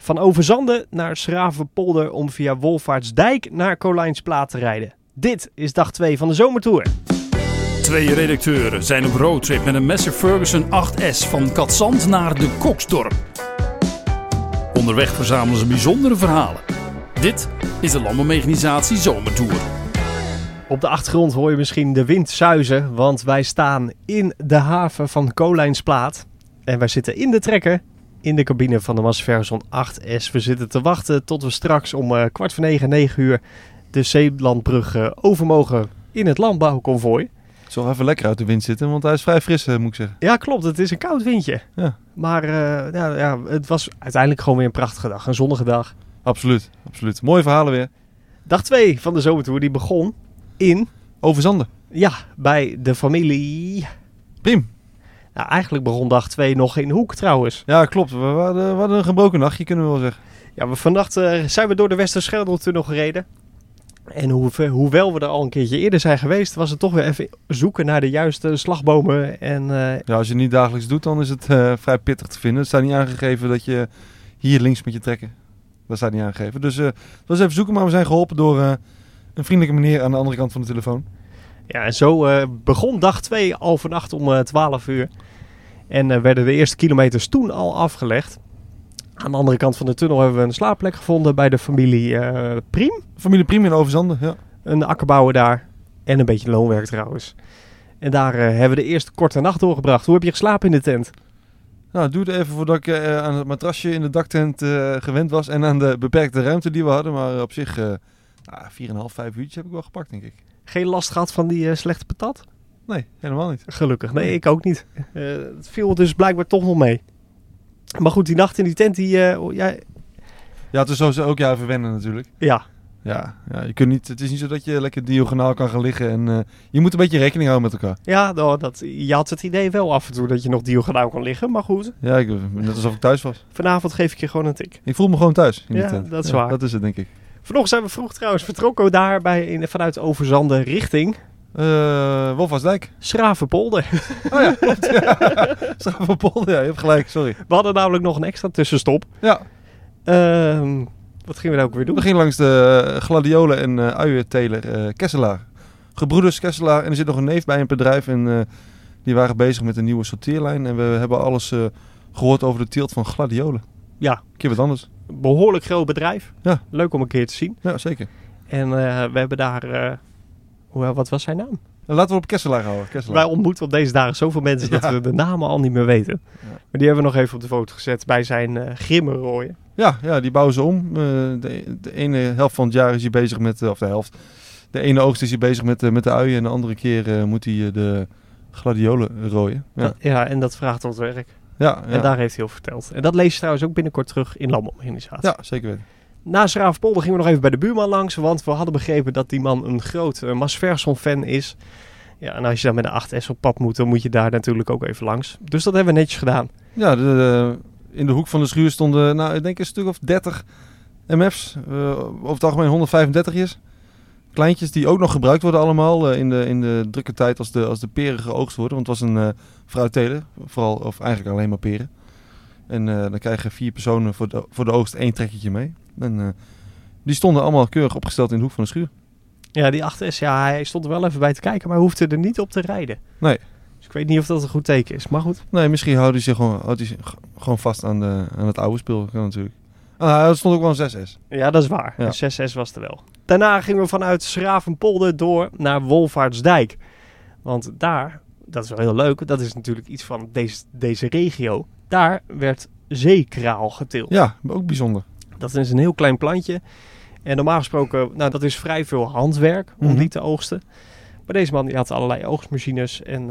Van Overzande naar 's-Gravenpolder om via Wolvaartsdijk naar Kolijnsplaat te rijden. Dit is dag 2 van de zomertour. 2 redacteuren zijn op roadtrip met een Massey Ferguson 8S van Katzand naar de Koksdorp. Onderweg verzamelen ze bijzondere verhalen. Dit is de Landbouwmechanisatie Zomertour. Op de achtergrond hoor je misschien de wind suizen, want wij staan in de haven van Kolijnsplaat. En wij zitten in de trekker in de cabine van de Massey Ferguson 8S. We zitten te wachten tot we straks om 9:15 de Zeelandbrug over mogen in het landbouwconvooi. Het zal even lekker uit de wind zitten, want hij is vrij fris, moet ik zeggen. Ja, klopt. Het is een koud windje. Ja. Maar het was uiteindelijk gewoon weer een prachtige dag. Een zonnige dag. Absoluut, absoluut. Mooie verhalen weer. Dag 2 van de zomertour die begon in... Overzande. Ja, bij de familie... Priem. Nou, eigenlijk begon dag 2 nog in Hoek trouwens. Ja, klopt. We hadden een gebroken nachtje, kunnen we wel zeggen. Ja, vannacht zijn we door de Westerschelde-tunnel gereden. En hoewel we er al een keertje eerder zijn geweest, was het toch weer even zoeken naar de juiste slagbomen. En, Ja, als je het niet dagelijks doet, dan is het vrij pittig te vinden. Het staat niet aangegeven dat je hier links moet je trekken. Dat staat niet aangegeven. Dus het was even zoeken, maar we zijn geholpen door een vriendelijke meneer aan de andere kant van de telefoon. Ja, en zo begon dag 2 al vannacht om 12 uur. En werden de eerste kilometers toen al afgelegd. Aan de andere kant van de tunnel hebben we een slaapplek gevonden bij de familie Priem. Familie Priem in Overzande, ja. Een akkerbouwer daar. En een beetje loonwerk trouwens. En daar hebben we de eerste korte nacht doorgebracht. Hoe heb je geslapen in de tent? Nou, het duurde even voordat ik aan het matrasje in de daktent gewend was. En aan de beperkte ruimte die we hadden. Maar op zich 4,5, 5 uurtjes heb ik wel gepakt, denk ik. Geen last gehad van die slechte patat? Nee, helemaal niet. Gelukkig. Nee, ik ook niet. Het viel dus blijkbaar toch nog mee. Maar goed, die nacht in die tent, Ja, het is sowieso ook even wennen natuurlijk. Ja. Ja, je kunt niet, het is niet zo dat je lekker diagonaal kan gaan liggen. En je moet een beetje rekening houden met elkaar. Ja, je had het idee wel af en toe dat je nog diagonaal kon liggen. Maar goed. Ja, net alsof ik thuis was. Vanavond geef ik je gewoon een tik. Ik voel me gewoon thuis in die Ja, tent. dat is waar. Dat is het, denk ik. Vanochtend zijn we vroeg trouwens vertrokken daar vanuit Overzande richting... Wolvaartsdijk. 's-Gravenpolder. Oh ja, klopt. Schravenpolder, ja, je hebt gelijk, sorry. We hadden namelijk nog een extra tussenstop. Ja. Wat gingen we nou ook weer doen? We gingen langs de gladiolen en uienteler Kesselaar. Gebroeders Kesselaar. En er zit nog een neef bij een bedrijf. En die waren bezig met een nieuwe sorteerlijn. En we hebben alles gehoord over de teelt van gladiolen. Ja. Een keer wat anders. Behoorlijk groot bedrijf. Ja. Leuk om een keer te zien. Ja, zeker. En we hebben daar... wat was zijn naam? Laten we op Kesselaar houden. Kesselaar. Wij ontmoeten op deze dagen zoveel mensen dat we de namen al niet meer weten. Ja. Maar die hebben we nog even op de foto gezet bij zijn grimmenrooien. Ja, die bouwen ze om. De ene helft van het jaar is hij bezig met... of de helft. De ene oogst is hij bezig met de uien. En de andere keer moet hij de gladiolen rooien. Ja. En dat vraagt wat werk. Ja. En daar heeft hij over verteld. En dat lees je trouwens ook binnenkort terug in Landbouwmechanisatie. Ja, zeker weten. Na 's-Gravenpolder gingen we nog even bij de buurman langs. Want we hadden begrepen dat die man een groot Massey Ferguson fan is. Ja, en als je dan met de 8S op pad moet, dan moet je daar natuurlijk ook even langs. Dus dat hebben we netjes gedaan. Ja, in de hoek van de schuur stonden, ik denk een stuk of 30 MF's. Over het algemeen 135'ers. Kleintjes die ook nog gebruikt worden allemaal in de drukke tijd als de peren geoogst worden. Want het was een fruitteler, vooral, of eigenlijk alleen maar peren. En dan krijgen 4 personen voor de oogst 1 trekkertje mee. En die stonden allemaal keurig opgesteld in de hoek van de schuur. Ja, die 8S, hij stond er wel even bij te kijken, maar hoefde er niet op te rijden. Nee. Dus ik weet niet of dat een goed teken is, maar goed. Nee, misschien houdt hij zich gewoon vast aan het oude spul. Kan natuurlijk. Er stond ook wel een 6S. Ja, dat is waar. Ja. Een 6S was er wel. Daarna gingen we vanuit 's-Gravenpolder door naar Wolvaartsdijk. Want daar, dat is wel heel leuk, dat is natuurlijk iets van deze regio. Daar werd zeekraal geteeld. Ja, ook bijzonder. Dat is een heel klein plantje. En normaal gesproken, dat is vrij veel handwerk om die te oogsten. Maar deze man die had allerlei oogstmachines en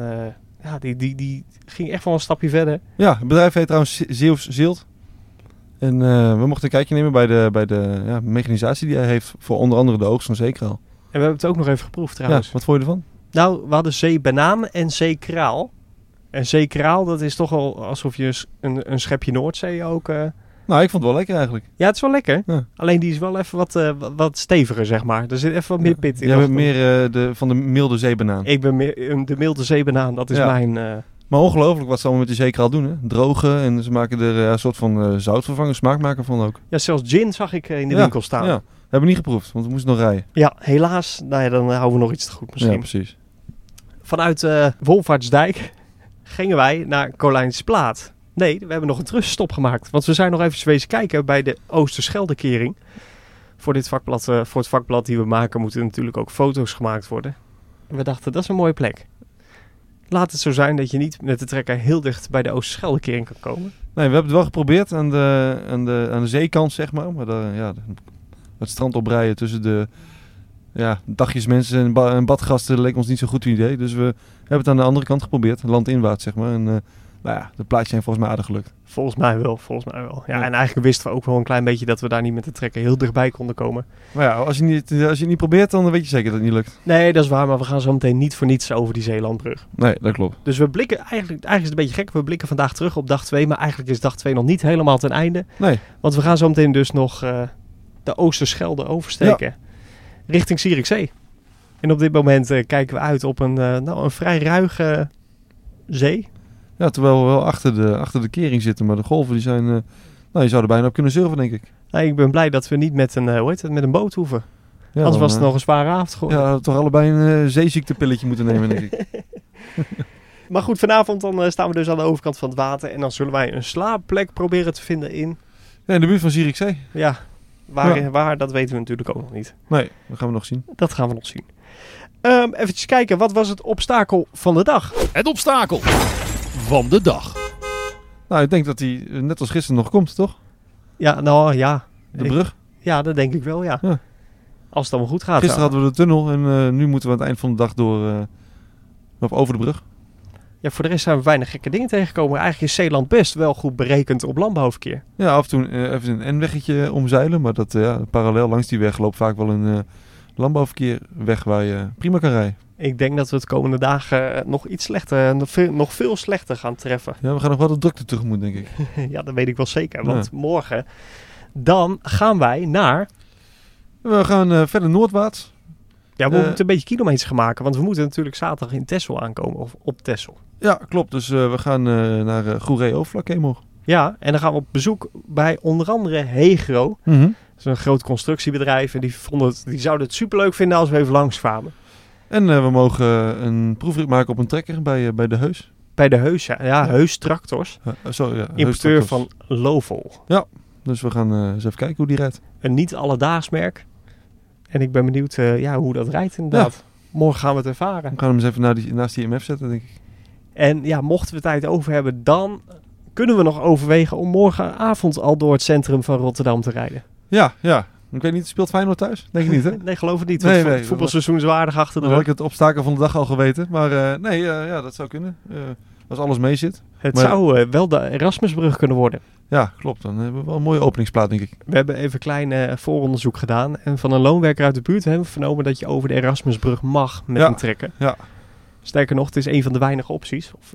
die ging echt wel een stapje verder. Ja, het bedrijf heet trouwens Zeeuws Zilt. En we mochten een kijkje nemen bij de mechanisatie die hij heeft voor onder andere de oogst van zeekraal. En we hebben het ook nog even geproefd trouwens. Ja, wat vond je ervan? Nou, we hadden zeebanaan en zeekraal. En zeekraal, dat is toch wel alsof je een schepje Noordzee ook... Nou, ik vond het wel lekker eigenlijk. Ja, het is wel lekker. Ja. Alleen die is wel even wat steviger, zeg maar. Er zit even wat meer pit in. Jij bent meer van de milde zeebanaan. Ik ben meer de milde zeebanaan. Dat is Maar ongelooflijk wat ze allemaal met die zeekraal doen. Hè? Drogen en ze maken er een soort van zoutvervanger, smaakmaker van ook. Ja, zelfs gin zag ik in de winkel staan. Ja, hebben we niet geproefd, want we moesten nog rijden. Ja, helaas. Nou ja, dan houden we nog iets te goed misschien. Ja, precies. Vanuit Wolvaartsdijk gingen wij naar Colijnsplaat. Nee, we hebben nog een tussenstop gemaakt. Want we zijn nog even wezen kijken bij de Oosterscheldekering. Voor dit vakblad, voor het vakblad die we maken, moeten natuurlijk ook foto's gemaakt worden. En we dachten, dat is een mooie plek. Laat het zo zijn dat je niet met de trekker heel dicht bij de Oosterscheldekering kan komen. Nee, we hebben het wel geprobeerd aan de zeekant, zeg maar. Maar het strand oprijden tussen de dagjes mensen en badgasten leek ons niet zo'n goed idee. Dus we hebben het aan de andere kant geprobeerd, landinwaarts, zeg maar. En de plaatjes zijn volgens mij aardig gelukt. Volgens mij wel. Ja, en eigenlijk wisten we ook wel een klein beetje dat we daar niet met de trekker heel dichtbij konden komen. Maar ja, als je het niet probeert, dan weet je zeker dat het niet lukt. Nee, dat is waar, maar we gaan zo meteen niet voor niets over die Zeelandbrug. Nee, dat klopt. Dus we blikken, eigenlijk is het een beetje gek, we blikken vandaag terug op dag 2, maar eigenlijk is dag 2 nog niet helemaal ten einde. Nee. Want we gaan zo meteen dus nog de Oosterschelde oversteken, richting Zierikzee. En op dit moment kijken we uit op een vrij ruige zee. Ja, terwijl we wel achter de kering zitten, maar de golven die zijn... je zou er bijna op kunnen surfen, denk ik. Nou, ik ben blij dat we niet met een boot hoeven. Ja, Anders was het nog een zware avond geworden. Ja, toch allebei een zeeziektepilletje moeten nemen, denk ik. Maar goed, vanavond dan staan we dus aan de overkant van het water. En dan zullen wij een slaapplek proberen te vinden in Ja, in de buurt van Zierikzee. Ja, waar, dat weten we natuurlijk ook nog niet. Nee, dat gaan we nog zien. Dat gaan we nog zien. Even kijken, wat was het obstakel van de dag? Het obstakel van de dag. Nou, ik denk dat die net als gisteren nog komt, toch? Ja, nou ja. De brug. Ja, dat denk ik wel, ja. Ja. Als het allemaal goed gaat. Gisteren hadden we de tunnel en nu moeten we aan het eind van de dag over de brug. Ja, voor de rest zijn we weinig gekke dingen tegengekomen. Eigenlijk is Zeeland best wel goed berekend op landbouwverkeer. Ja, af en toe even een N-weggetje omzeilen, maar parallel langs die weg loopt vaak wel een landbouwverkeerweg waar je prima kan rijden. Ik denk dat we het komende dagen nog iets slechter, nog veel slechter gaan treffen. Ja, we gaan nog wel de drukte tegemoet, denk ik. Ja, dat weet ik wel zeker. Want morgen, dan gaan wij naar... We gaan verder noordwaarts. Ja, we moeten een beetje kilometers gaan maken. Want we moeten natuurlijk zaterdag in Texel aankomen. Of op Texel. Ja, klopt. Dus we gaan naar Goeree-Overflakkee morgen. Ja, en dan gaan we op bezoek bij onder andere Hegro. Mm-hmm. Dat is een groot constructiebedrijf. En die zouden het superleuk vinden als we even langs kwamen. En we mogen een proefrit maken op een trekker bij de Heus. Bij de Heus, ja. Heus Tractors. Importeur van Lovol. Ja, dus we gaan eens even kijken hoe die rijdt. Een niet alledaags merk. En ik ben benieuwd hoe dat rijdt inderdaad. Ja. Morgen gaan we het ervaren. We gaan hem eens even naast die MF zetten, denk ik. En ja, mochten we tijd over hebben, dan kunnen we nog overwegen om morgenavond al door het centrum van Rotterdam te rijden. Ja. Ik weet niet, speelt Feyenoord thuis? Denk ik niet, hè? Nee, geloof het niet. Het voetbalseizoen is waardig achter de rug. Had ik het obstakel van de dag al geweten. Maar dat zou kunnen. Als alles mee zit. Het zou wel de Erasmusbrug kunnen worden. Ja, klopt. Dan hebben we wel een mooie openingsplaat, denk ik. We hebben even een klein vooronderzoek gedaan. En van een loonwerker uit de buurt hebben we vernomen dat je over de Erasmusbrug mag met een trekker. Ja. Sterker nog, het is een van de weinige opties. Of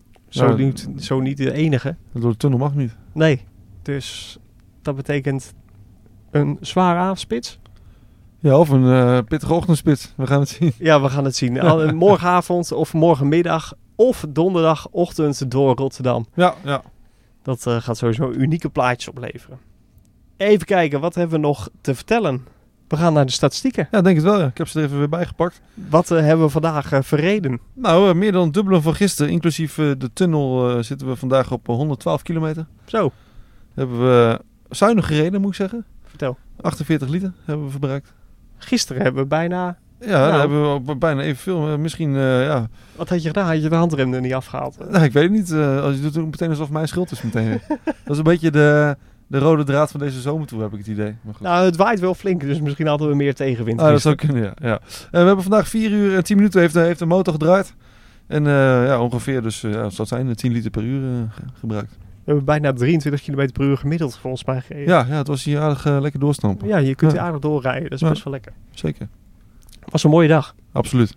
zo niet de enige. Door de tunnel mag niet. Nee. Dus dat betekent een zware avondspits. Ja, of een pittige ochtendspits. We gaan het zien. Ja, we gaan het zien. Morgenavond of morgenmiddag of donderdagochtend door Rotterdam. Ja. Dat gaat sowieso unieke plaatjes opleveren. Even kijken, wat hebben we nog te vertellen? We gaan naar de statistieken. Ja, denk het wel. Ja. Ik heb ze er even weer bijgepakt. Wat hebben we vandaag verreden? Nou, meer dan het dubbele van gisteren. Inclusief de tunnel zitten we vandaag op 112 kilometer. Zo. Hebben we zuinig gereden, moet ik zeggen. Vertel. 48 liter hebben we verbruikt. Gisteren hebben we bijna... Ja, dan hebben we bijna evenveel. Misschien, Wat had je gedaan? Had je de handrem er niet afgehaald? Nou, ik weet het niet. Als je doet het meteen alsof mijn schuld is meteen. Dat is een beetje de rode draad van deze zomer toe, heb ik het idee. Maar goed. Nou, het waait wel flink, dus misschien hadden we meer tegenwind. Dat zou kunnen, ja. We hebben vandaag 4 uur en 10 minuten heeft de motor gedraaid. En ongeveer dus, het zal zijn, 10 liter per uur gebruikt. We hebben bijna 23 km per uur gemiddeld volgens mij gereden. Ja, het was hier aardig lekker doorstampen. Ja, je kunt hier aardig doorrijden. Dat is best wel lekker. Zeker. Het was een mooie dag. Absoluut.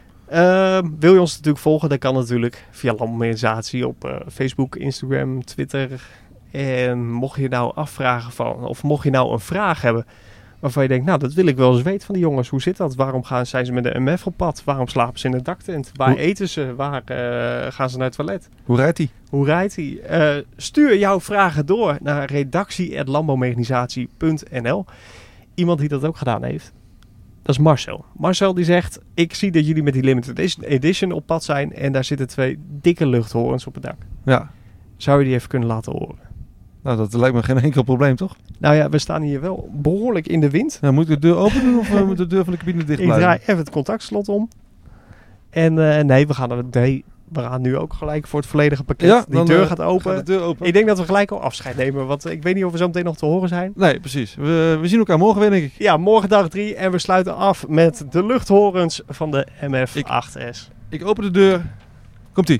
Wil je ons natuurlijk volgen? Dat kan natuurlijk via Landmorganisatie op Facebook, Instagram, Twitter. En mocht je nou afvragen mocht je nou een vraag hebben waarvan je denkt, nou, dat wil ik wel eens weten van die jongens. Hoe zit dat? Waarom zijn ze met de MF op pad? Waarom slapen ze in de daktent? Waar eten ze? Waar gaan ze naar het toilet? Hoe rijdt hij? Stuur jouw vragen door naar redactie@landbouwmechanisatie.nl. Iemand die dat ook gedaan heeft, dat is Marcel. Marcel die zegt, ik zie dat jullie met die limited edition op pad zijn en daar zitten 2 dikke luchthorens op het dak. Ja. Zou je die even kunnen laten horen? Nou, dat lijkt me geen enkel probleem, toch? Nou ja, we staan hier wel behoorlijk in de wind. Nou, moet ik de deur open doen of moet de deur van de cabine dicht blijven? Ik draai even het contactslot om. En nee, we gaan nu ook gelijk voor het volledige pakket. Ja, die deur gaat open. Gaat de deur open. Ik denk dat we gelijk al afscheid nemen, want ik weet niet of we zo meteen nog te horen zijn. Nee, precies. We zien elkaar morgen weer, denk ik. Ja, morgen dag 3 en we sluiten af met de luchthorens van de MF8S. Ik open de deur. Komt-ie.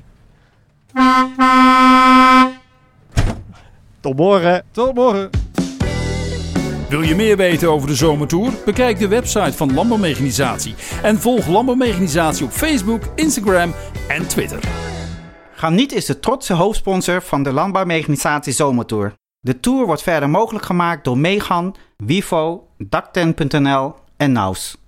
Tot morgen. Tot morgen. Wil je meer weten over de zomertour? Bekijk de website van Landbouwmechanisatie en volg Landbouwmechanisatie op Facebook, Instagram en Twitter. Graniet is de trotse hoofdsponsor van de Landbouwmechanisatie Zomertour. De tour wordt verder mogelijk gemaakt door Megan, Wivo, Dakten.nl en Naus.